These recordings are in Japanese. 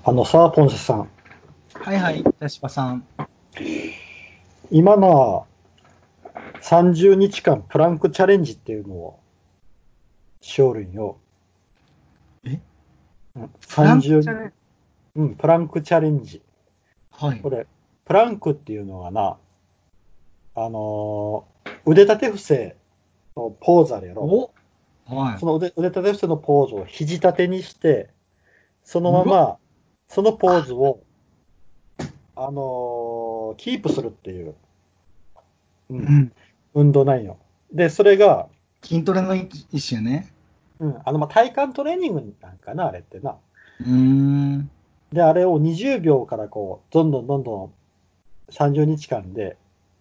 さあ、ポンセさん。 はいはい、田島さん。 今30日間プランクチャレンジっていうのをしおるんよ。 えプランクチャ 30、 レンジ。 プランクチャレンジ。 はい。 これ、プランクっていうのは腕立て伏せのポーズあるやろ。 おはい。 その腕立て伏せのポーズを肘立てにして、そのまうわま、そのポーあ、 ズを、キープするっていう、うん、 うん。 運動なんよ。で、それが、 筋トレの一種ね。 体幹トレーニングなんかな、あれってな。 うーん。 で、あれを20秒からどんどんどんどん30日間で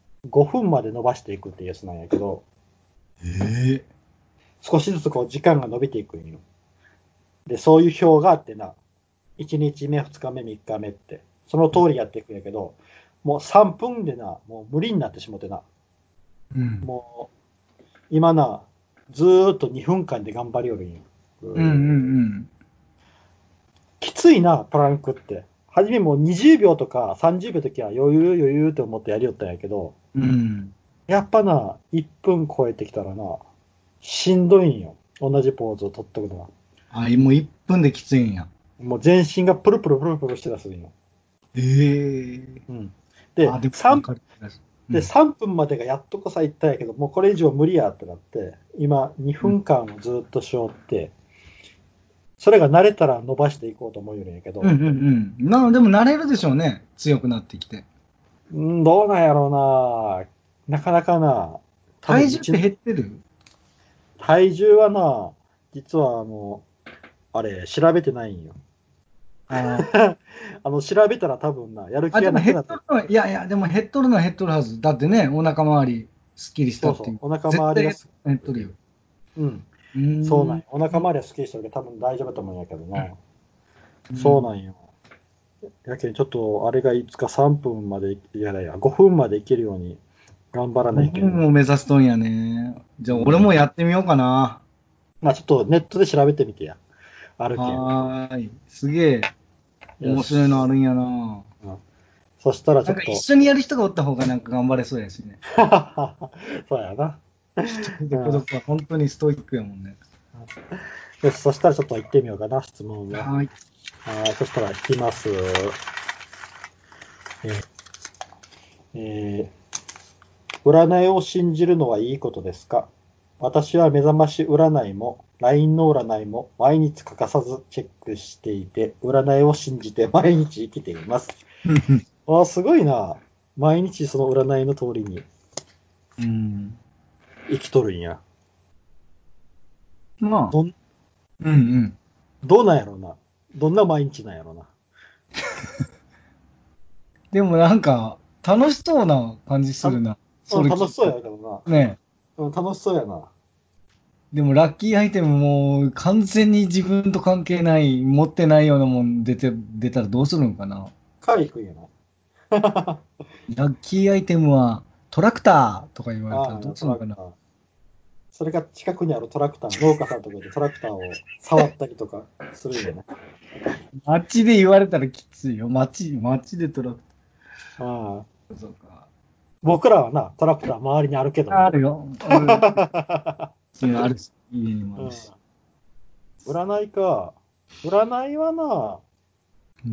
5分まで伸ばしていくっていうやつなんやけど、 ええ少しずつ時間が伸びていくんよ。で、そういう表があってな、1日目、2日目、3日目って、その通りやっていくんやけど、もう3分でな、もう無理になってしもてな、 うん。 もう今ずーっと2分間で頑張りよるんよ。 うんうんきついな、プランクって。はじめもう20秒とか30秒の時は余裕余裕って思ってやりよったんやけど、 うん。うん。 やっぱ1分超えてきたらしんどいんよ。同じポーズを取っとくのは。 あ、もう1分できついんや。 もう全身がプルプルプルプルしてたするんよ。 ええうん。 あ、 で、 でもわかる気がする。うん。 3分までがやっとこさ行ったんやけど、もうこれ以上無理やってなって、今2 うん。 分間をずっとしよって、それが慣れたら伸ばしていこうと思うんやけど、 うんうんうん。でも慣れるでしょうね。強くなってきて。 どうなんやろうなかなか多分体重って減ってる？ 体重は実はあれ、調べてないんよ。 あ調べたら多分やる気でも減っがなくなって、 とるのは、いやいや、でも減っとるのは減っとるはず。だってね、お腹周り、すっきりしたっていう。 そうそう、お腹絶対周りが減っとるよ。 うん、 うーん。 そうなんよ。お腹周りはスッキリしてるけど、多分大丈夫だと思うんやけどな。 うん。 そうなんよ。やけん、ちょっと、あれがいつか3分まで5分までいけるように頑張らないけんな。 5分を目指すとんやね。じゃあ、俺もうん。 やってみようかな。 まあちょっとネットで調べてみてや。あるけん。 はーい。すげえ、 よ面白いのあし。 るんやな。 うん。そしたらちなんか一ょっと、 緒にやる人がおった方がなんか頑張れそうやしね。 そうやな。 一人で孤うん。 独は本当にストイックやもんね。 よし、そしたらちょっと行ってみようかな、質問を。 はーい。 はい、そしたら引きます。え占いを信じるのはいいことですか？私は目覚まし占いも LINE の占いも毎日欠かさずチェックしていて、占いを信じて毎日生きています。すごいな。毎日その占いの通りにうん。 生きとるんや。 まあ、 どん、 うんうん。 どうなんやろうな。どんな毎日なんやろうな。 でもなんか、楽しそうな感じすたのるな。それ楽しそう聞いたら。 やけどねな。楽しそうやな。 でもラッキーアイテムも完全に自分と関係ない、持ってないようなもん出たらどうするのかな。 カー行くんやな。 ラッキーアイテムはトラクターとか言われたらどああ、 うするのかな。 トラクター。それが近くにあるトラクター、農家さんとかでトラクターを触ったりとかするんやね。 街で言われたらきついよ。街でトラクああ、 ター。そうか。 僕らはトラクター周りにあるけどな。 あるよ。俺、家にあるし、家にもあうん、 るし。 占いか。占いはうん。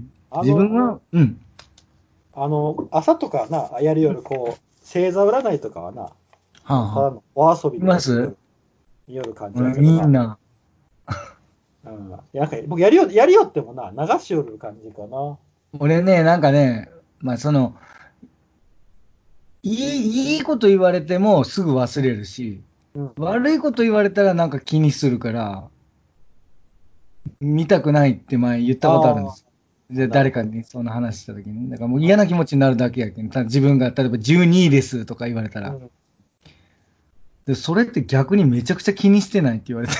あの、 自分は、うん。 朝とかやるより星座占いとかははあはあ。 ただのお遊びいますで見よる感じやうん、 けどな。 いいな。 うん。僕やりよっても流しよる感じかな。 俺ね、なんかね、まあいいこと言われてもすぐ忘れるし、 うん。 悪いこと言われたらなんか気にするから、見たくないって前言ったことあるんであす。で、誰かなるほど。 にそんな話した時に、だからもう嫌なあ気持ちになるだけやけん。自分が例えば12位ですとか言われたら、 うん。 で、それって逆にめちゃくちゃ気にしてないって言われて。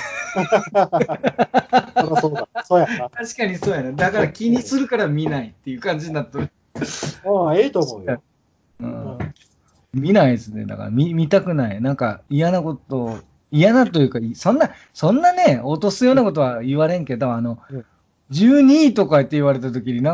そりゃそうだ。そうやな。 確かにそうやな。だから気にするから見ないっていう感じになってる。 ええと思うよ。 うん。 うん。 見ないですね。だから見たくない。なんか嫌なというか、そんなね、落とすようなことは言われんけど、 うん。 12位とかって言われた時に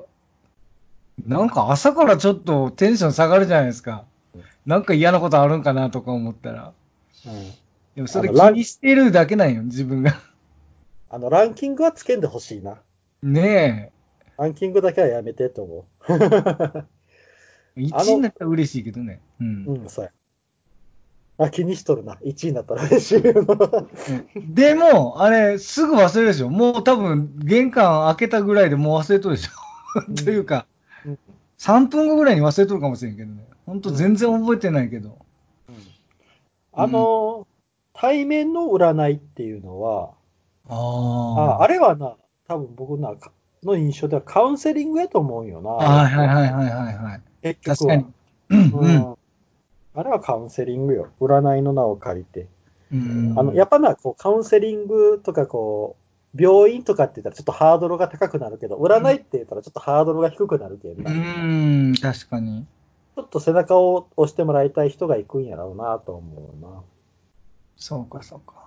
なんか朝からちょっとテンション下がるじゃないですか。なんか嫌なことあるんかなとか思ったら。 うん。 でもそれあの、ラン、 気にしてるだけなんよ、自分が。 ランキングはつけんでほしいな。 ねランキングだけはやめてと思う。 え。1位にあの、 なったら嬉しいけどね。うん。 うん、そうや。あ、気にしとるな。1位になったら嬉しいよな。 うん、でも、あれ、すぐ忘れるでしょ。もう多分、玄関開けたぐらいでもう忘れとるでしょ。 うというん。 か、 うん。 3分後ぐらいに忘れとるかもしれんけどね。ほんとうん。 全然覚えてないけど。 うんあうん。 の、対面の占いっていうのは、ああれはな、多分僕の印象ではカウンセリングやと思うよな、 あ。 あれっはいはいて。 はいはいはいはい。 結局は。 確かに。うんうん。あれはカウンセリングよ。占いの名を借りて。 うん。うん。 やっぱな、こう、カウンセリングとか、こう、病院とかって言ったらちょっとハードルが高くなるけど、占いって言ったらちょっとハードルが低くなるけんうな。 ん。確かに。 ちょっと背中を押してもらいたい人が行くんやろうなと思うな。 そうかそうか。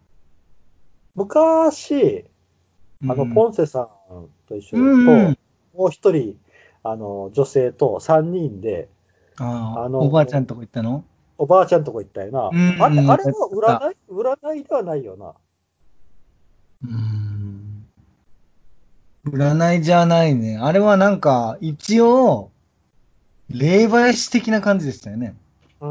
昔、 うん。 ポンセさんと一緒うん。 と、もう一人、女性と三人で、 ああ、おばあちゃんあの、 とこ行ったの？ おばあちゃんとこ行ったような。あん。 れはあった。 占いではないよな。 うん。占いじゃないね。あれはなんか、一応、霊媒師的な感じでしたよね。 うん。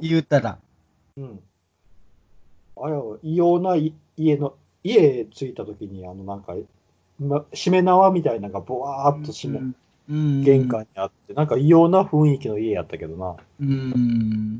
言ったら。 うん。あれは異様ない家着いた時に、なんか、しめ縄みたいなのがぼわーっとうん。う玄ん。 関にあって、なんか異様な雰囲気の家やったけどな。 うん。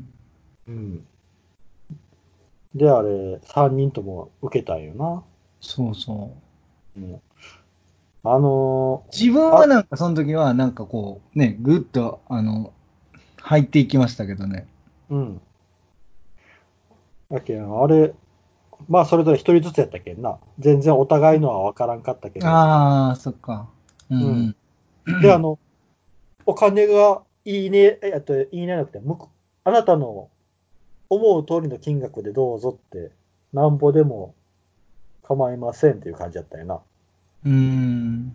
うん。で、あれ、三人とも受けたんよな。 そうそう。 うん。あの自分はあ、 なんかその時はなんかこう、ね、ぐっと、入っていきましたけどね。 うん。だけん、あれ、まあ、それぞれ一人ずつやったけんな。全然お互いのは分からんかったけど。 ああ、そっか。ううん。 んうで、 ん。 お金がいいね、いいねじゃなくて、あなたの思う通りの金額でどうぞって、なんぼでも構いませんっていう感じだったよな。 うん。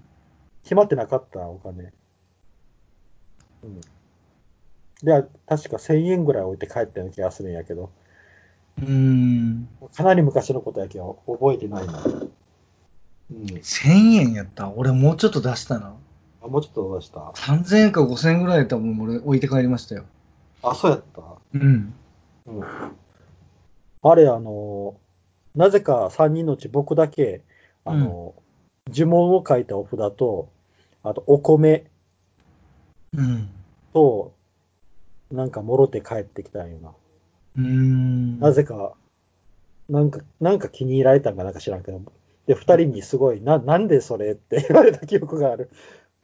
決まってなかったお金。うん。で、確か1000円ぐらい置いて帰ったような気がするんやけど、 うん。 かなり昔のことやけど、覚えてないな。うん。 1000円やった。俺もうちょっと出したな。 あ、もうちょっと出した。 3000円か5000円ぐらいやったらもん俺置いて帰りましたよ。 あ、そうやった。 うん。 うん。あれ、なぜか3人のうち僕だけ、 うん。 呪文を書いたお札と、あとお米うん。 と、なんかもろて帰ってきたんよな。 うーん。 なぜか、なんか気に入られたんかなんか知らんけど。で、二人にすごい、なんでそれって言われた記憶がある。 うん。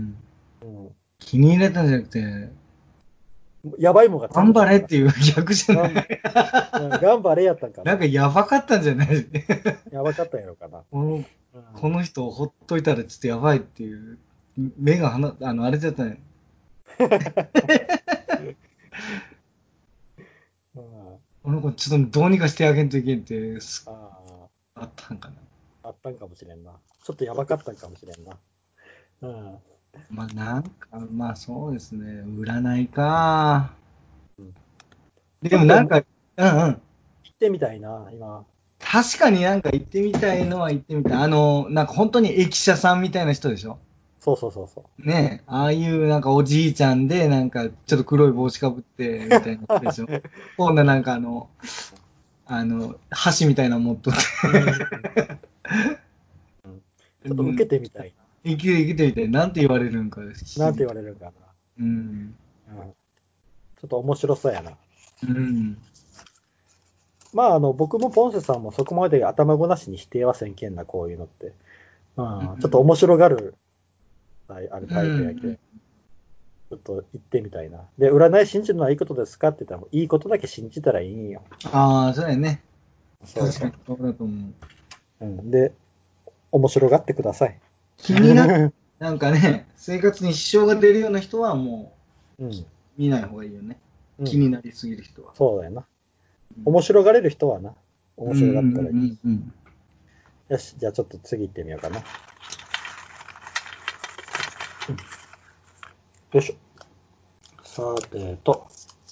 うん。 気に入れたんじゃなくて、 やばいもんがつい頑とったんかな。 張れっていう逆じゃながん、 い？ 頑張れやったんかな。 なんかやばかったんじゃない？ やばかったんやろかな。 この、 うん。 この人をほっといたらちょっとやばいっていう、目があれじゃったね。 うん、 この子ちょっとどうにかしてあげんといけんって、 ああったんかな。 あったんかもしれんな。ちょっとやばかったんかもしれんな。うん。 まあなんか、まあそうですね。占いか。 うん、ちょっとでもなんか、うんうん。 行ってみたいな、今。 確かになんか行ってみたいのは行ってみたい。なんか本当に駅舎さんみたいな人でしょ？ そうそうそうそねえ、ああいうなんかおじいちゃんで、なんかちょっと黒いう。うん。 帽子かぶって、みたいな人でしょ？ほんななんか箸みたいなの持っとって。 うん。うん。ちょっと受うん。 けてみたい生きてみて、なんて言われるんかな。なんて知りたい。 言われるんかうん。 な。うん。ちょっと面白そうやな。 うん。 まあ、僕もポンセさんもそこまで頭ごなしに否定はせんけんな、こういうのって。うん。ちょっとうん。 面白がる、あるうタイプやけん。 ん。 ちょっと行ってみたいな。で、占い信じるのはいいことですかって言ったら、いいことだけ信じたらいいんよ。 ああ、そうやね。 そうそ確かにそうだと思う。 う。うん。で、面白がってください。 気にな、なんかね、生活に支障が出るような人はもうん。 う見ない方がいいよね。 うん。 気になりすぎる人は。 そうだよな。 うん。 面白がれる人はな、面うんうんう白がったらいい。 んうんうん。 よし、じゃあちょっと次行ってみようかな。よいしょ。さてと。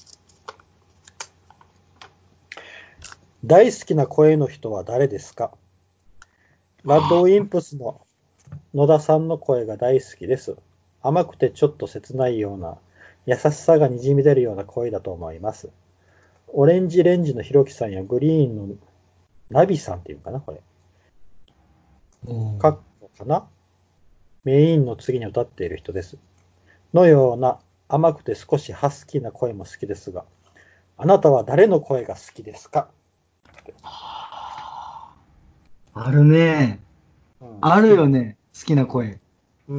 大好きな声の人は誰ですか？ラッドウィンプスの野田さんの声が大好きです。甘くてちょっと切ないような、優しさがにじみ出るような声だと思います。オレンジレンジのひろきさんやグリーンのナビさんっていうかな、これ。かっこかな、メインの次に歌っている人です。のような甘くて少しハスキーな声も好きですが、あなたは誰の声が好きですか？ あるね。 うん、好あるきな。 よね。好きなうん。 声。 うん。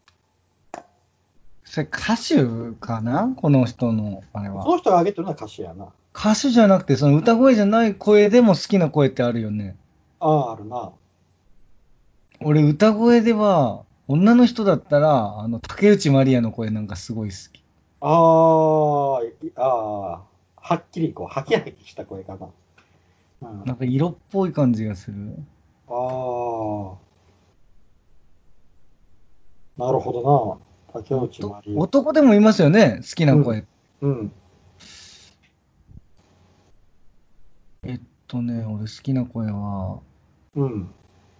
それ歌手かなこの人の、あれは。 この人が挙げてるのは歌手やな。 歌手じゃなくて、その歌声じゃない声でも好きな声ってあるよね。 ああ、あるな。 俺、歌声では、女の人だったら、竹内まりやの声なんかすごい好き。 ああ、はっきりこう、ハキハキした声かな。うん。 なんか色っぽい感じがする。 ああ、なるほどな。竹内まりや。 男でもいますよね、好きなうん。 声。 うん。 俺好きな声は、 うん。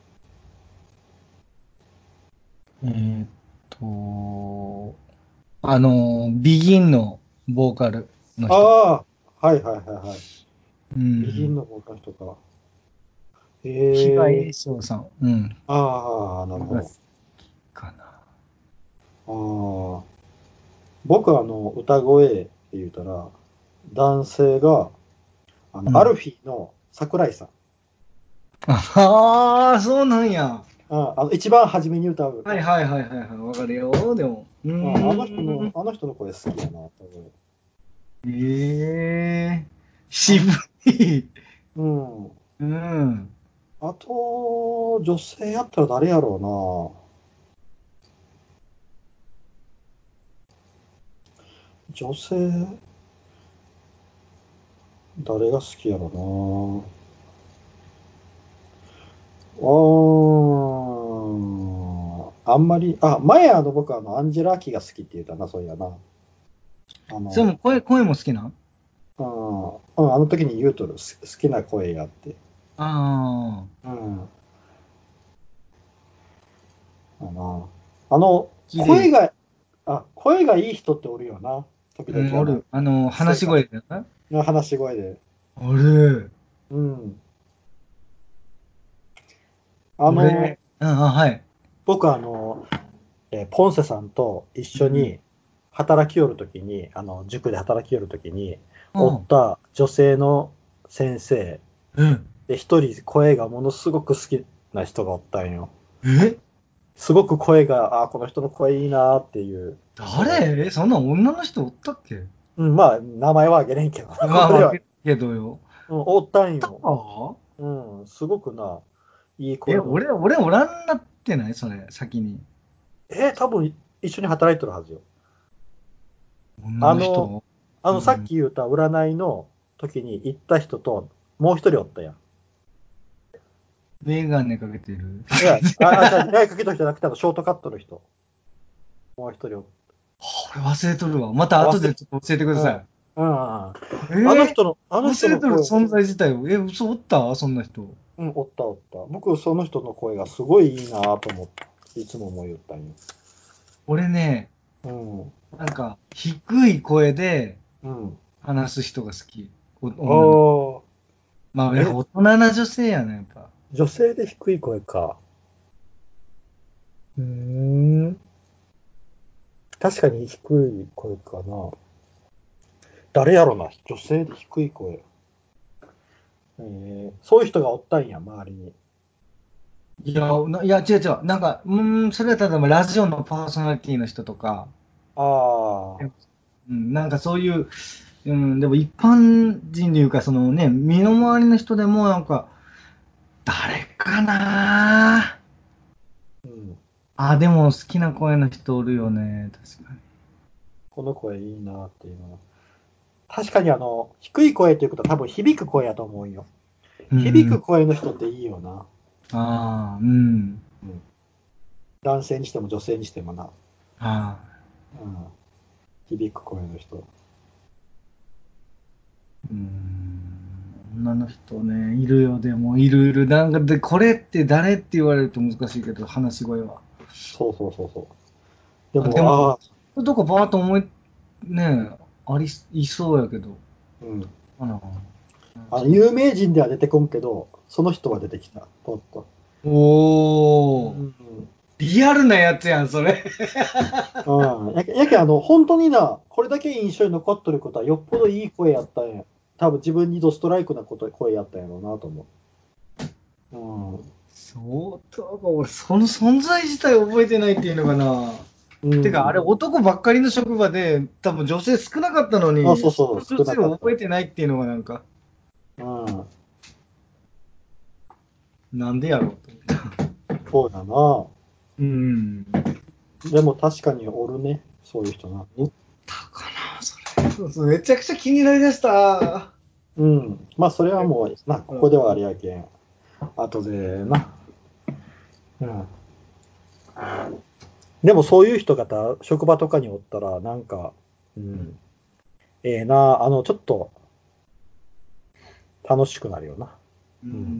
えーっと、ビギンのボーカルの人。 ああ、はいはいはいはい。 うビギンん。 のボーカルとか。 比嘉へえ。 栄翔さん。うん。 ああ、なるほが好ど。 きかな。 ああ、僕は歌声って言うたら、男性が、アうん。 ルフィーの桜井さん。 ああ、そうなんや。 一番初めに歌う。 はいはいはいはいはい。わかるよ。でも。 あの人の声好きやな、多分。 ええあの、 渋い。 うん。 うん。 あと、女性やったら誰やろうな。女性、誰が好きやろあんまり、前僕アンジェラ・アキが好きって言ったな、そういやな。あの、 それも声も好きなんあの時に言うとる好きな声があって。 ああうん。かな。あの、 綺麗。 声が、声がいい人っておるよな。時うん、 々 おる。話し生活声だよな。 の話し声で。 おる。 うん。あの、 俺、はい。 僕ポンセさんと一うん。 緒に働きよるときに、塾で働きよるときに、おっうん。 た女性の先生うん。 で、一人声がものすごく好きな人がおったんよ。 えすごく声が、この人の声いいなっていう人がおって。 そんな女の人おったっけ？ うん、まあ、名前はあげれんけどな、ここでは。 まあまあ、けどよ。 うん、おったんよ。 ああうん、すごくな、いい声の。 俺おらんなってないそれ、先に。 多分一緒に働いてるはずよ。 女あの、 の人さっうん。 き言った占いの時に行った人と、もう一人おったやん。 メガネかけてる。 いや、じゃあ、かけた人じゃなくて、ショートカットの人。もう一人おった。 俺忘れとるわ。また後忘れ、 でちょっと教えてくだうん。うん。 さい。あの人忘れとるの声、 存在自体を。嘘おったそんな人。 うん、おったおった。僕、その人の声がすごいいいなと思って、いつも思いよったんよ。 俺ね、 うん。 なんか、低い声でうん。 話す人が好き。女の子。 あまあ、 あ、 やっぱ大人な女性やね、やっぱ。 女性で低い声か。うーん。確かに低い声かな。誰やろな、女性で低い声。そういう人がおったんや、周りに。 違う違う。なんか、それは例えばラジオのパーソナリティの人とか、 ああ、 うん、なんかそういう、うん、でも一般人でいうか、そのね、身の回りの人でもなんか、誰かなうん。 でも好きな声の人おるよね、確かこの声いいなっていうのは。確かに低い声っていうことは多分響く声やと思うよ。 に。う響ん。 く声の人っていいよな。 ああ、うん。 うん。男性にしても女性にしてもな。 あうん。響く声の人。 ー、女の人ね、いるよ、でも、いるいる。なんか、で、これって誰って言われると難しいけど、話し声は。 そうそうそうそう。であ、でも、 も、 ああ、 どこパーッと思い、ねえ、いそうやけど。 うん。 あら、 有名人では出てこんけど、その人は出てきた。とっと。うおー、 ん。 リアルなやつやん、それ。 うん。やけ本当にな、これだけ印象に残っとることはよっぽどいい声やったんや。多分自分にドストライクな声やったんやろうなと思う。うん。 相当か、俺、その存在自体覚えてないっていうのかな。 うてか、あれ、 ん。 男ばっかりの職場で、多分女性少なかったのあ、 に、 そうそう、 その女少なかった。 性を覚えてないっていうのがなんか、 うん。 なんでやろうと思った。 そうだな。 うん。 でも確かにおるね。そういう人な。 おったかな、それ。そうそう、めちゃくちゃ気になりだした。 うん。まあ、それはもう、ここではあれやけん。後でな。うん。でもそういう人方、職場とかにおったら、なんか、ううん。 ん。ええな、ちょっと楽しくなるよな。うん。 うん。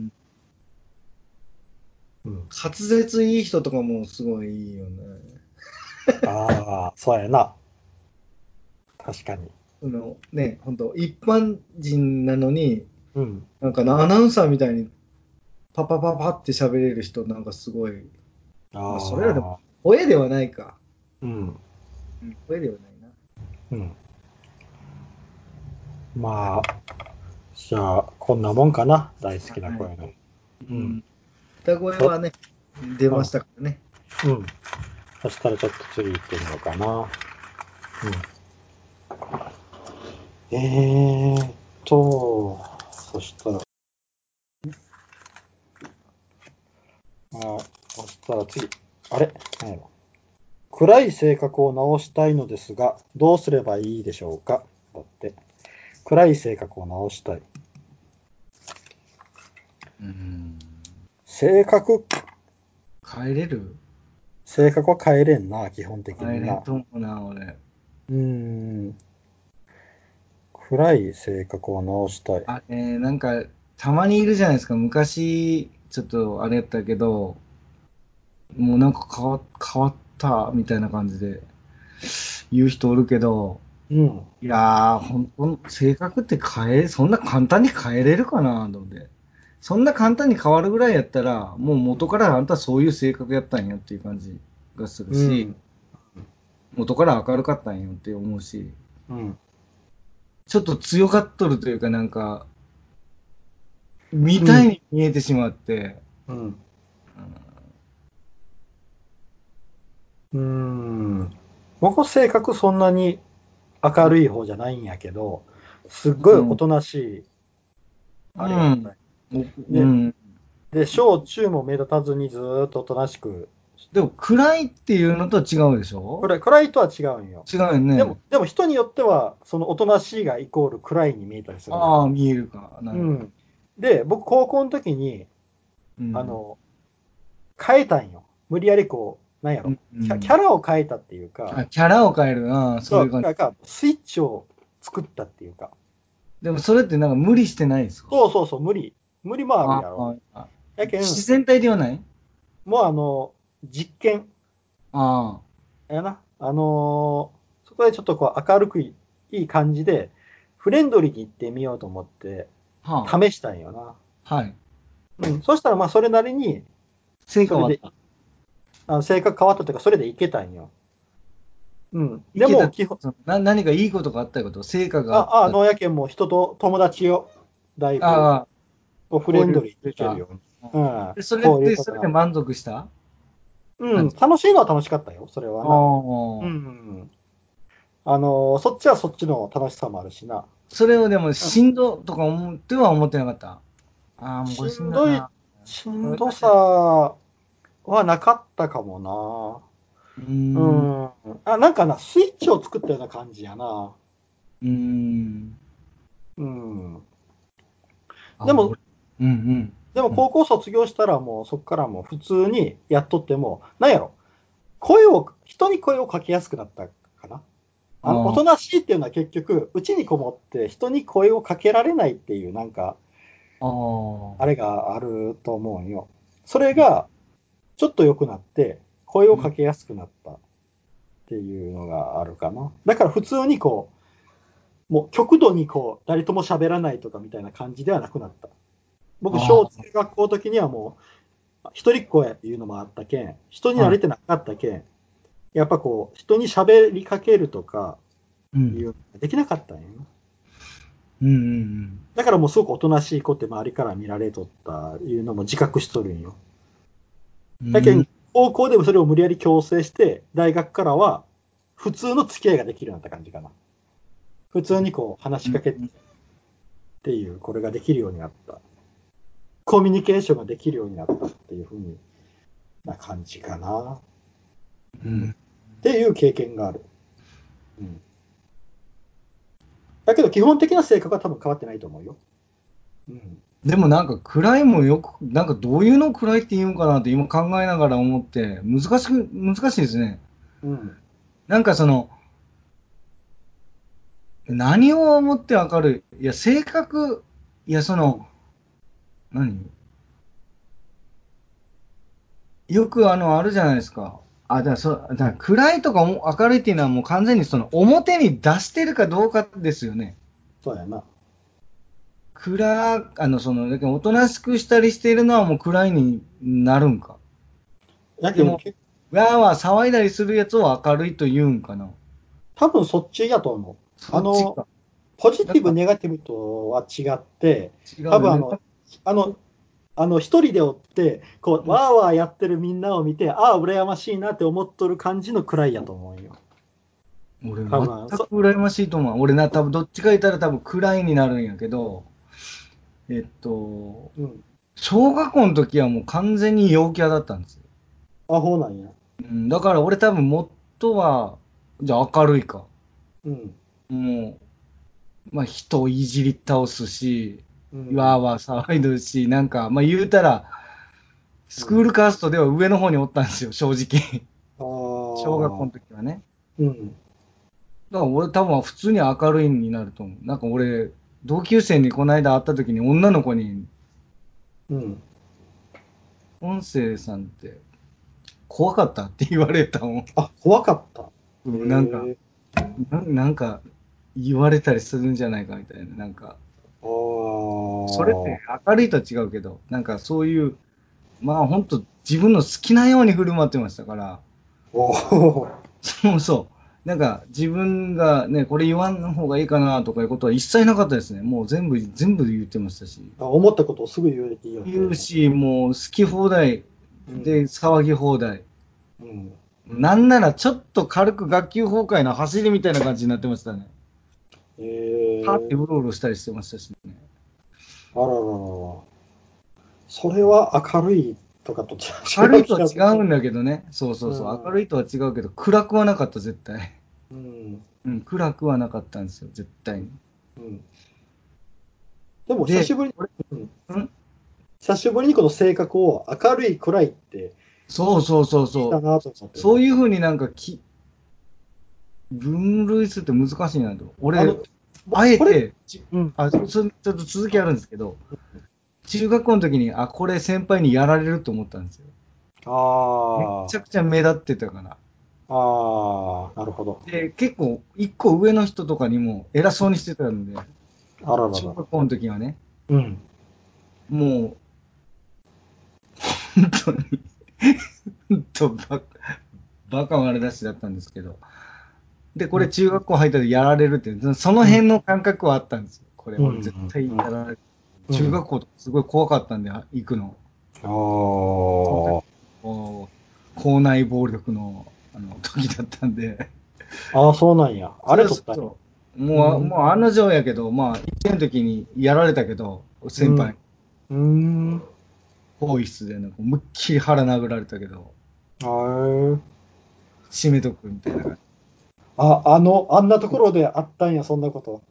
うん。 滑舌いい人とかもすごいいいよね。 ああ、そうやな。確かに。 ね、本当一般人なのに、 うん。 なんかアナウンサーみたいにパパパパって喋れる人なんかすごい。まあ、それはでも、 ああ、 声ではないか。 うん。 うん、声ではないな。 うん。まあ、じゃあ、こんなもんかな。大好きなはい。 声の。うん。 うん。歌声そ、 はね、出まうん。 したからね。 うん。そしたらちょっと次行ってみようかな。うん。えーっそしたら、そしたら次。あれ何やろ。暗い性格を直したいのですが、どうすればいいでしょうかだって。暗い性格を直したい。 うん。 性格、 帰れる。 性格は変えれんな、基本的にな。 帰れんと思うな、俺。 うーん。暗い性格を直したい。 なんか、たまにいるじゃないですか。昔、ちょっとあれやったけど、もうなんか変わったみたいな感じで言う人おるけど、 うん。 いやー、本当性格ってそんな簡単に変えれるかなと思って。そんな簡単に変わるぐらいやったら、もう元からあんたそういう性格やったんやっていう感じがするし、 うん。 元から明るかったんよって思うし、 うん。 ちょっと強がっとるというかなんか、見うん。 たいに見えてしまって、 うん。うん。僕は性格そんなに明るい方じゃないんやけど、すっごいうん、 おとなしい、あうん、 れやったんや。 うで、 ん。 小中も目立たずにずーっとおとなしく、 でも暗いっていうのとは違うでしょ。 暗いとは違うんよ。 違うよね。 でも人によっては、そのおとなしいがイコール暗いに見えたりするやん。 ああ、見えるか。なるほど。 うん。で、僕高校の時に、 うん。 あの、変えたんよ。無理やりこう、なんやろ。 うん。うん。 キャラを変えたっていうか、 あ、キャラを変える。ああ、そういう感じ。 スイッチを作ったっていうか。 でもそれってなんか無理してないですか。 そうそうそう、無理。無理もあるあやろ。 あ、 やけん、 自然体ではない。 もう実験あやな。そこでちょっとこう明るくいい感じで、フレンドリーに行ってみようと思って、 あ、は試したんよな。 あ、はい。 うん。そしたらまあそれなりに、それで、 成果はあった。 性格変わったというか、それでいけたんよ。うん。でいけた。 も基本、 何かいいことがあったこと、成果があっあ、 た。 やけんも人と友達をだいぶああ、 こうフレンドリーに交流してた。 いけるように。うん。 で、それっ交流て、 とか。 それで満足したうん。 感じ。 楽しいのは楽しかったよ、それはあな。うあ。 ん。そっちはそっちの楽しさもあるしな。 それをでも、 うん。 しんどとか思っては思ってなかった。ああ、もうこれししんんどい、 どいな。 しんどそういう感じだ。 さはなかったかもうーな。 ん。ううん。なんかな、スイッチを作ったような感じやな。 ーん。 うん。 あ、 でも、 俺。うんうん。 でも高校卒業したらもうそこからもう普通にやっとっても、なんやろ、人に声をかけやすくなったかな。おとなしいっていうのは結局、うちにこもって人に声をかけられないっていうなんか、 ああれがあると思うんよ。それがちょっと良くなって、声をかけやすくなったっていうのがあるかな。だから普通にこう、もう極度にこう、誰とも喋らないとかみたいな感じではなくなった。僕、小あ中学校の時にはもう、一人っ子やっていうのもあったけん、人にはい。 慣れてなかったけん、やっぱこう、人に喋りかけるとかうん。 いうのができなかったんよ。 うんうんだからもうすごくおとなしい子って周りから見られとったいうのも自覚しとるんよ。 うん。 だけど、 うん。 高校でもそれを無理やり強制して、大学からは普通の付き合いができるようになった感じかな。普通にこう話しかけっていう、これができるようになった。コミュニケーションができるようになったっていうふうな感じかな。うん。っうん。 ていう経験がある。うん。だけど基本的な性格は多分変わってないと思うよ。うん。 でもなんか暗いもよく、なんかどういうのを暗いって言うんかなって今考えながら思って、難しいですね。 うん。 なんかその、何を思って明るい。いや、性格、いや、その、 うん。 何よくあるじゃないですか。だから暗いとか明るいっていうのはもう完全にその表に出してるかどうかですよね。 そうやな。 だけどおとなしくしたりしているのはもう暗いになるんか。でも、 だけど、 わーわー騒いだりするやつを明るいと言うんかな。 多分そっちやと思う。 そっちか。 ポジティブ、 なんかネガティブとは違って、 違うよね。 多分あの、一人でおって、こう、 うん。 わーわーやってるみんなを見て、ああ、羨ましいなって思っとる感じのくらいやと思うよ。 俺、全多分、 く羨ましいと思う。俺な、多分どっちか言ったら多分暗いになるんやけど、えっと、 うん。 小学校の時はもう完全に陽キャだったんですよ。 あ、ほうなんや。 うん、だから俺多分元は、じゃあ明るいか。 うん。 もまあ人をいじり倒すし、 うん。 わーわー騒いでるし、なんか、まあ言うたら、スクーうん。 ルカーストでは上の方におったんですよ、正直。 あ小学校のあ。 時はね。 うん。 だから俺多分普通に明るいになると思う。なんか俺、同級生にこの間会った時に女の子に、 うん。 音声さんって怖かったって言われたもん。 あ、怖かった。へうんなんか、 え。 なんか言われたりするんじゃないかみたいな。なんか、 ああ。 それって明るいとは違うけど、なんかそういう、まあ本当自分の好きなように振る舞ってましたから、 おお。 そうそう。なんか自分がね、これ言わん方がいいかなとかいうことは一切なかったですね。もう全部言ってましたし。 思ったことをすぐ言うよって。 言うし、もう好き放題うん。 で騒ぎ放題。 うん。 なんならちょっと軽く学級崩壊の走りみたいな感じになってましたね。 へはってうえ。 ろうろしたりしてましたしね。 あらららら。それは明るいとかと違明るいとはう気がする。 違うんだけどね。そうそうそう。明うん。 るいとは違うけど、暗くはなかった、絶対。 うん。 うん、暗くはなかったんですよ、絶対に。 うん。でも久で、 しぶり、 俺、 うん、 ん久しぶりにこの性格を明るい、暗いってそうそうそういいかそう。 なと思ってね。 そういうふうになんか分類するって難しいなと。俺、 あの、 あえこれ、 て、 うん。 ちょっと続きあるんですけど、中学校の時に、これ先輩にやられると思ったんですよ。めっちゃあくちゃ目立ってたから。 あ、ああ、なるほど。 で、結構、一個上の人とかにも偉そうにしてたんで、 あららら。 中学校の時はね、 うん。 もう、本当に、本当バカ丸出しだったんですけど。で、こうん。 れ中学校入ったらやられるって、そのうん。 辺の感覚はあったんですよ。これ、 うん。 俺絶対うん。 やられる。 うん。 中学校とかすごい怖かったんで、行くの。 あその時、 あ。 校内暴力の、時だったんで。 ああ、そうなんや。あそうれ取ったんや。 そうそう。もううん。 案の定やけど、まあ、1年の時にやられたけど、先輩、 うん。うん。 更衣室でなんか思いっきり腹殴られたけど、 はい。 締めとくみたいな感あんなところであったんや、そんなこと。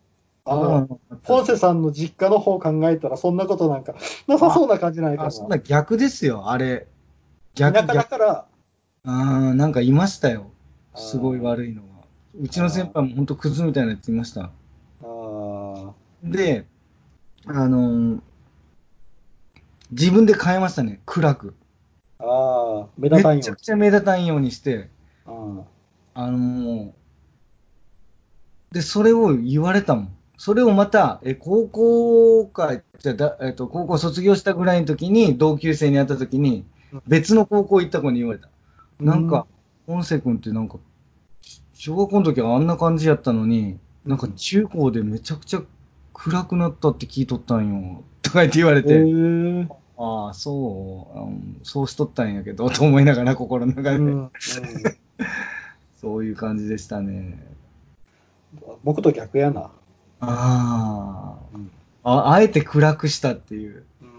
ポンセさんの実家の方考えたら、そんなことなんかなさそうな感じないかな。 そんな逆ですよ、あれ。 田舎だから、 なんかいましたよ。 あすごいー悪いのが。うちの先輩も本当クズみたいなやついました。 あー、 で、あのー自分で変えましたね、暗く。 目めっ立たんように。 ちゃくちゃ目立たんようにして、 うん、 もで、それを言われたもん。それをまた、高校か、じゃだ、高校卒業したぐらいの時に、同級生に会った時に、別の高校行った子に言われた。 うん、 なんか、音声君ってなんか、小学校の時はあんな感じやったのに、なんか中高でめちゃくちゃ暗くなったって聞いとったんよ。とか言って言われえて、 ー、 ああ、そう、そうしとったんやけど、と思いながら心の中で。 うん、うん。 そういう感じでしたね。 僕と逆やな。 あうん、 あえて暗くしたっていう。 うん、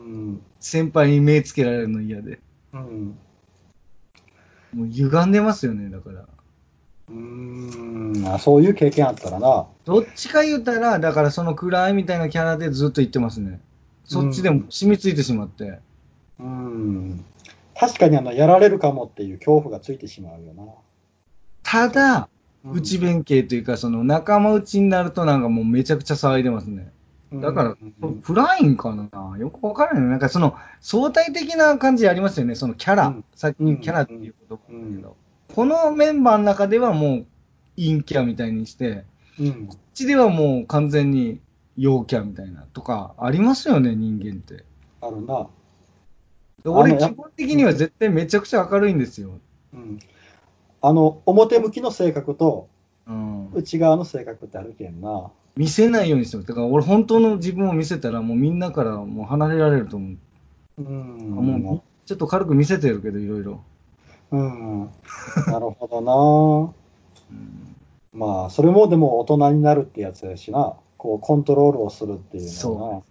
先輩に目つけられるの嫌で。 うん。 もう歪んでますよね、だから。 そういう経験あったらな。 どっちか言ったら、だからその暗いみたいなキャラでずっと言ってますね。そっちでもうん、 染みついてしまって。 うん。確かにやられるかもっていう恐怖がついてしまうよな。 ただ、 うん、 内弁慶というか、その仲間内になるとなんかもうめちゃくちゃ騒いでますね。 うん、 だから、 うん、 暗いんかなよくわからない。なんかその相対的な感じありますよね。そのキャラ。 うん、 さっうん、 きキャラっうん、 ていう言葉うん、 だけど。このメンバーの中ではもう陰キャみたいにして、 うん、 こっちではもう完全に陽キャみたいなとかありますよね、人間って。 あるな。 俺やっ基本的うん、 には絶対めちゃくちゃ明るいんですよ。 うん。表向きの性格とうん。 内側の性格ってあるけんな。 見せないようにしてます。だから俺本当の自分を見せたらもうみんなからもう離れられると思う。 うもうん、 ちょっと軽く見せてるけどいろいろ。 うん。なるほどな。 うん、 まあ、それもでも大人になるってやつやしな。こう、コントロールをするっていうのはな。 そうです。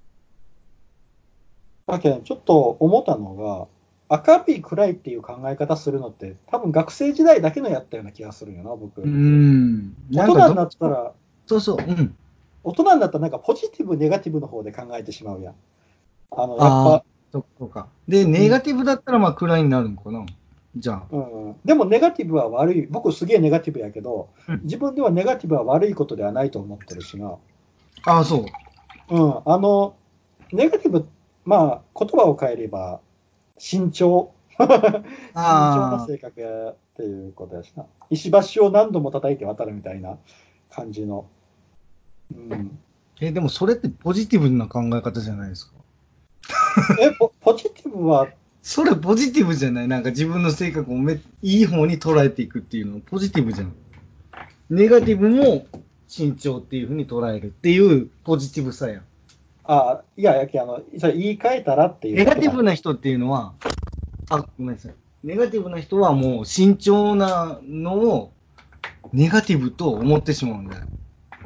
だけど、ちょっと思ったのが、明るい暗いっていう考え方するのって、多分学生時代だけのやったような気がするんよな、 う僕。 ん。なんか大人になどっちも、 ったら、 そうそう、うん。 大人になったらなんかポジティブ、ネガティブの方で考えてしまうやん。やっああ、 ぱ、 そうか。で、 うん、 ネガティブだったらまあ暗いになるのかな。じゃあ。 うん。でもネガティブは悪い。僕すげえネガティブやけど、 うん。 自分ではネガティブは悪いことではないと思ってるしな。 ああ、そう。 うん。ネガティブ、まあ、言葉を変えれば、慎重。慎重なああ、 性格やっていうことやしな。石橋を何度も叩いて渡るみたいな感じの。うん、 でもそれってポジティブな考え方じゃないですか。 ポジティブは、 それポジティブじゃないなんか自分の性格をいい方に捉えていくっていうのはポジティブじゃん。ネガティブも慎重っていう風に捉えるっていうポジティブさやん。 いや、それ言い換えたらっていうネガティだけだ。 ブな人っていうのは、ごめんなさい。ネガティブな人はもう慎重なのをネガティブと思ってしまうんだよ。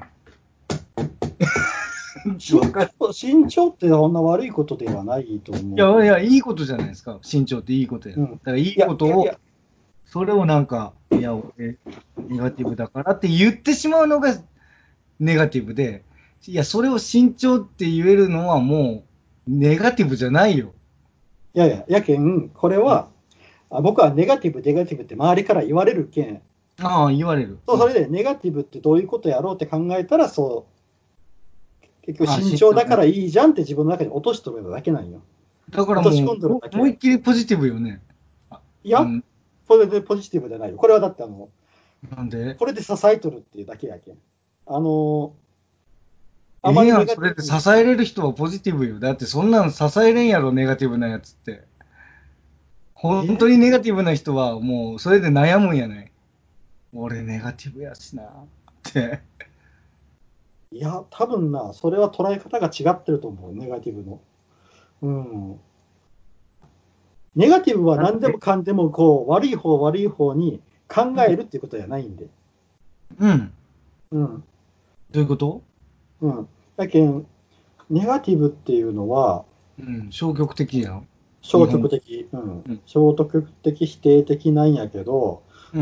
わかる。 慎重ってそんな悪いことではないと思うけど。 いいことじゃないですか。慎重っていいことや。 うん。 だからいいいや、 ことを、 いや、 それをなんか、俺、ネガティブだからって言ってしまうのがネガティブで、それを慎重って言えるのはもう、ネガティブじゃないよ。 やけん、これうん。 は、僕はネガティブ、ネガティブって周りから言われるけん、 ああ、言われる。 そう、 うん。 それでネガティブってどういうことやろうって考えたら、そう、結局ああ、 慎慎重ね。 重だからいいじゃんって自分の中に落としとるだけなんよ。 だから落とし込んもう、 どるだけ。 思いっきりポジティブよね。あいや、 うん。 それでポジティブじゃないよ。これはだってなんでこれで支えとるっていうだけやけん。あの、あまりネガそれで支ティブに、 えれる人はポジティブよ。だってそんなん支えれんやろ、ネガティブなやつって。本当えにネガティブな人はもうそれで悩むんやない。俺ネガティブやしなって。 いや、多分な、それは捉え方が違ってると思う、ネガティブの。うん。ネガティブは何でもなんでかんでもこう悪い方に考うん。 えるっていうことじゃないんで。 うん。 うん。 どういうこと？ うん。だけん、ネガティブっていうのは、 うん。消極的やん。日消本。 極的、うん。 うん。 消極的否定的なんやけど、 うん。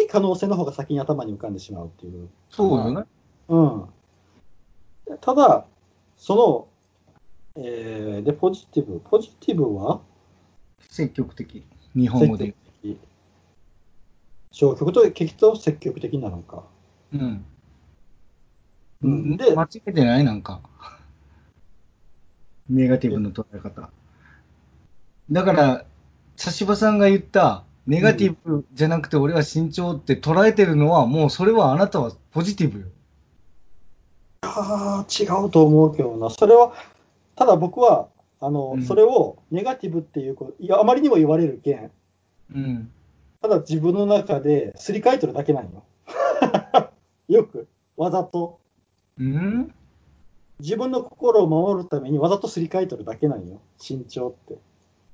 悪い可能性の方が先に頭に浮かんでしまうっていうかな。 そうよね。 うん。ただ、その、で、ポジティブは積極的。日本積極語で的。消極的と積極的なのか。 言う。ううん。 ん。 で、 間違えてないなんか。ネガティブの捉え方。だから、茶芝さんが言った、ネガテうん。 ィブじゃなくて俺は慎重って捉えてるのは、もうそれはあなたはポジティブよ。 違うと思うけどな。それは、ただ僕は、そうん。 れをネガティブっていういや、あまりにも言われるけん、 うん。 ただ自分の中ですり替えとるだけなんよ。よく、わざと。 うん。 自分の心を守るためにわざとすり替えとるだけなんよ。慎重って。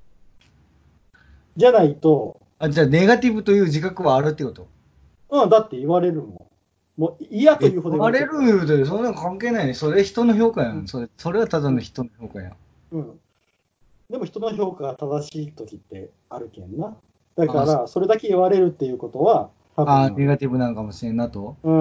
じゃないと、 あ、じゃあ、ネガティブという自覚はあるってこと？ うん、だって言われるもん。もう嫌というほど言わ言われれてるから。 るで、そんなの関係ないね。それ人の評価やん。 うん、 それはただうん、 の人の評価やん。 うん。でも人の評価が正しい時ってあるけんな。だかあら、それだけ言われるっていうことは、多ネ分、 ガティブなんかもしれんなと。 うん、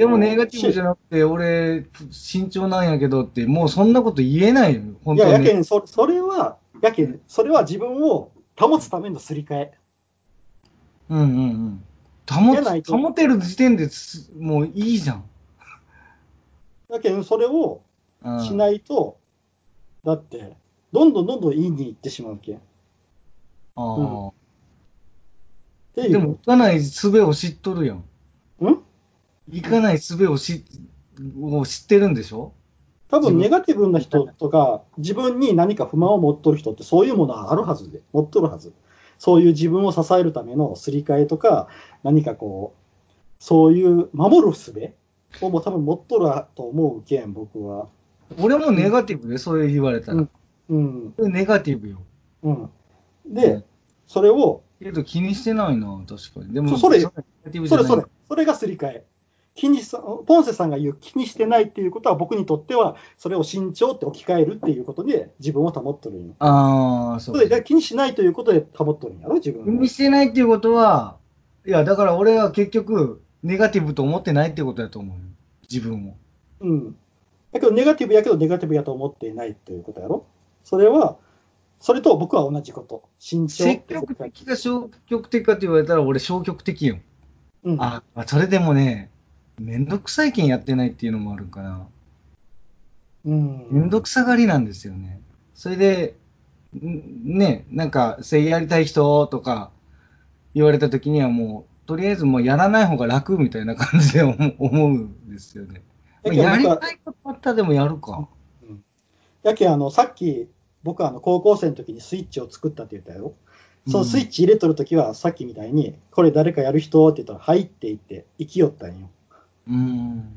でもネもう、 ガティブじゃなくて、俺、慎重なんやけどって、もうそんなこと言えないよ。 いや、 本当ね。 それは自分を保つためのすり替え。 うんうんうん。 じゃないと、 保てる時点ですもういいじゃん。 それをしうん。 ないと、だって、どんどん言いに行ってしまうけん。うん。っああ。でも、 ていうこ行かない術を知っとるやん。 と。 行かない術を知ってるんでしょ？ 多分、 自分。 ネガティブな人とか、自分に何か不満を持っとる人って、そういうものはあるはずで、持っとるはず。そういう自分を支えるためのすり替えとか、何かこう、そういう守る術をもう多分持っとると思うけん、僕は。 俺もネうん、 ガティブで、それ言われたら。 うん、うん、 それネガティブよ。 うん。で、 うん。 それを、 けど気にしてないな、確かに。でも、 そそれ、 それネガティブじそれ、 ゃないんか。 それがすり替え。ポンセさんが言う気にしてないっていうことは僕にとっては、それを慎重って置き換えるっていうことで自分を保っとるんよ。 ああ、そうかそうか。 気にしないということで保っとるんやろ、自分を。 気にしてないっていうことは、いや、だから俺は結局、ネガティブと思ってないってことだと思うよ。自分を。 うん。だけど、ネガティブやけど、ネガティブやと思っていないということやろ。それは、それと僕は同じこと。慎重っ積て世界。 極的か消極的かって言われたら俺消極的よ。 うん。 それでもね、めんどくさいけんやってないっていうのもあるかな。 うめんどん。 くさがりなんですよね。それで、ね、なんか、やりたい人とか言われた時にはもう、とりあえずもうやらない方が楽みたいな感じで思うんですよね。まあ、 やけん僕は、 やりたいことあったらでもやるか。 うん、やけんさっき、僕は高校生の時にスイッチを作ったって言ったよ。そのスイッうん。 チ入れとる時は、さっきみたいに、これ誰かやる人って言ったら、はいって言って、生きよったんよ。 うん。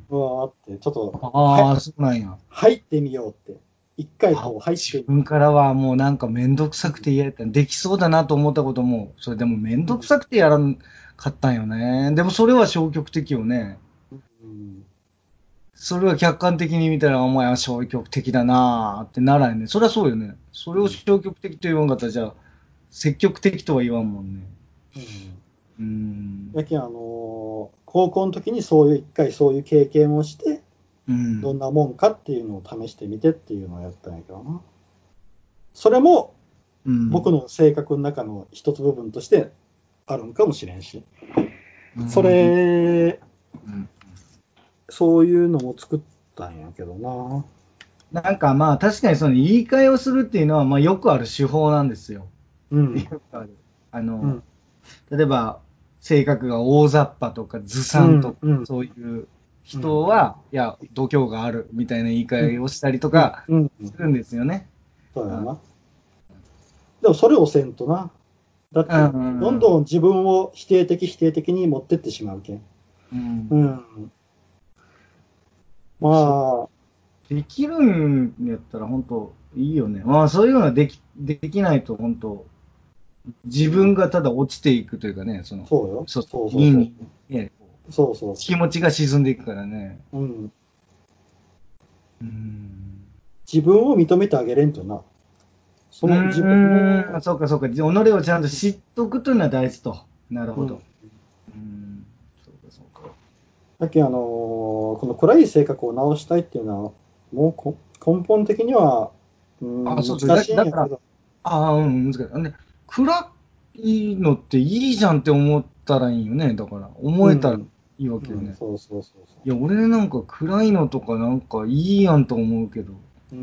うわーって、ちょっと、 ああ、そうなんや。 入ってみようって。一回こう入ってみよ自分からはもうなんかめんどくさくて嫌やった。できそうだなと思ったことも、それでもめんう。うどくさくてやらんかったんよね。でもそれは消極的よね。 ん。 それは客観的に見たらお前は消極的だなーってならんね。そりゃそうよね。それを消極的と言わんかったらじゃあ、積極的とは言わんもんね。 うん。 うーん。 やけん、高校の時にそういう一回そういう経験をして、 うん。 どんなもんかっていうのを試してみてっていうのをやったんやけどな。それもうん。 僕の性格の中の一つ部分としてあるんかもしれんし。そうん。 れ、 うん。 そういうのも作ったんやけどな。 なんかまあ確かにその言い換えをするっていうのはまあよくある手法なんですよ。 うん。 よくある。あの、 うん。 例えば、性格が大雑把とかずさんとか、 うん。うん。 そういううん。 人は、いや、度胸があるみたいな言い換うん。 えをしたりとうん。 かうん。 するんですよね。うん。 そうやな。でもそれをせんとな。だっうん。 て、 うん。 どんどん自分を否定的に持ってってしまうけん。 うん。 うん。まそう。 あ、 できるんやったら本当いいよね。まあそういうのができないと本当自うん。 分がただ落ちていくというかね、 そうよ。 そう、 そうそうそいに、ね、こう。そうそううそ気持ちが沈んでいくからね。 う。うん。 うん。 自分を認めてあげれんとな。そうの自分ーん、 を、 そうかそうか。己をちゃんと知っとくというのは大事と。なるうん。 ほど。うーん、そうかそうか。 だけこの暗い性格を直したいっていうのは、もう根本的には、 そうそう。 難しいんだから、 やけど、 難しい。ね、暗いのっていいじゃんって思ったらいいよね。だから、思えたらいいわけよね。 そうそうそうそいや、俺なんか暗いのとかなんかいいやんと思うけど。 う。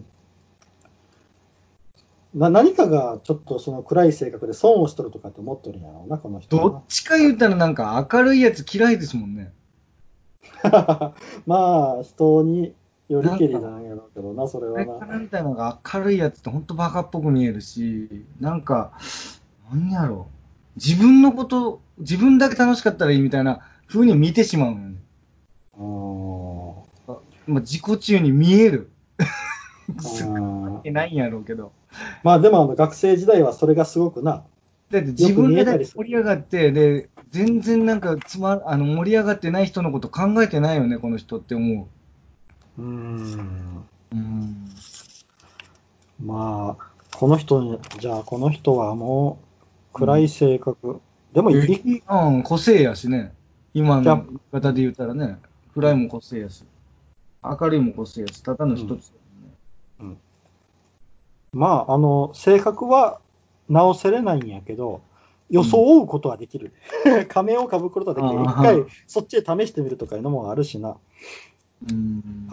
何かがちょっとその暗い性格で損をしとるとかって思っとるんやろうな、この人どっはちか言ったらなんか明るいやつ嫌いですもんね。 な。まあ、人によりけりなんか、 なんやろうけどな、それこはな。 れからみたいなのが明るいやつってほんとバカっぽく見えるし、なんか、なんやろ自分のこと、自分だけ楽しかったらいいみたいな風に見てしまうのよね。 うーん。 自己中に見える。 うすごいわーん。 けないんやろうけど。 まあでも学生時代はそれがすごくな、 だってよく自分だ見えたりする。 け盛り上がって、で、全然なんか盛り上がってない人のこと考えてないよね、この人って思う。 うーん。 うん。 まあ、じゃあこの人はもううん。 暗い性格。でも個性やしね。今じゃあ、 の言い方で言ったらね、暗いも個性やし、明るいも個性やし、ただのうん、 一つだもんね。 うん。まあ、性格は直せれないんやけど、 うん。 装うことはできる。仮面をかぶることはできる。一回ああ、 そっちで試してみるとかいうのもあるしな。 うん。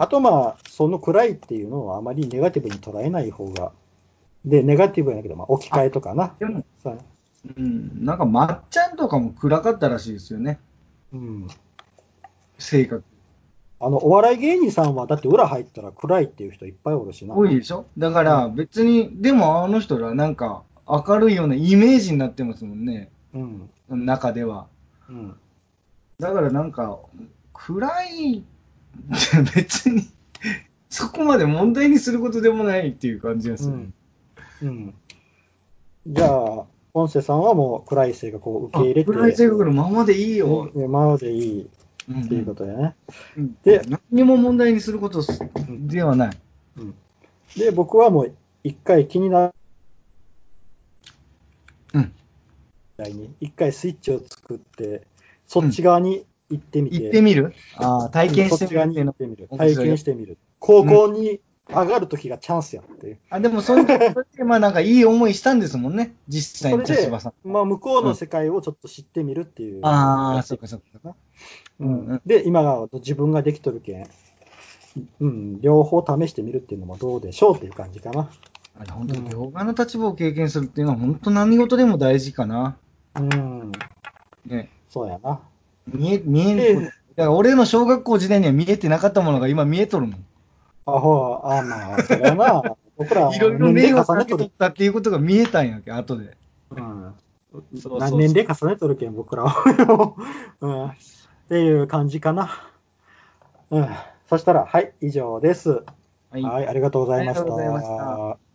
あとまあ、その暗いっていうのをあまりネガティブに捉えない方が。で、ネガティブやけど、まあ、置き換あ、 えとかな。 でも、 さなんか、まっちゃんとかも暗かったらしいですよね。 うん。 性格。 お笑い芸人さんは、だって裏入ったら暗いっていう人いっぱいおるしな。 多いでしょ。だからうん。 別に、でもあの人らなんか明るいようなイメージになってますもんね。 うん。 中では。 うん。 だからなんか、暗いって別にそこまで問題にすることでもないっていう感じですよね。 うん。うん。じゃあ、ポンセさんはもう暗い性格を受け入れ暗いて、 性格のままでいいよ。 今までいいっていうこうんとだよね。 うん。 で、 何にも問題にすることうん。 ではない。 うん。で、僕はもう一回気になるうん。 みたいに、一回スイッチを作って、そっうん。 ち側に行ってみ行ってて、 みる体験してそっち側みるっていうのに行ってみる。体面白いよ。 験してみる。高うん。 校に上がるときがチャンスやっていう。 でもそれでまあなんかいい思いしたんですもんね。実際に茶それで、 芝さんは。 まあ、向こううん。 の世界をちょっと知ってみるっていうああ、 やつ。 そっかそっかそっか。 うん。 うんうん。 で、今が自分ができとるけん、うん、両方試してみるっていうのもどうでしょうっていう感じかな。 本当うん。 両側の立場を経験するっていうのは本当何事でも大事かな。 うん。 ね。 そうやな。 見えんこと。 で、 だから俺の小学校時代には見えてなかったものが今見えとるもん。 まあ、それはな、僕らいろいろ年齢迷惑かけとっ重ねとる。 たっていうことが見えたんやけ、後で。 うん。 そうそうそう。 何年齢重ねとるけん、僕らは。うん。っていう感じかな。うん。そしたら、はい、以上です。 はい。 はい、ありがとうございましありがとうございました。 た。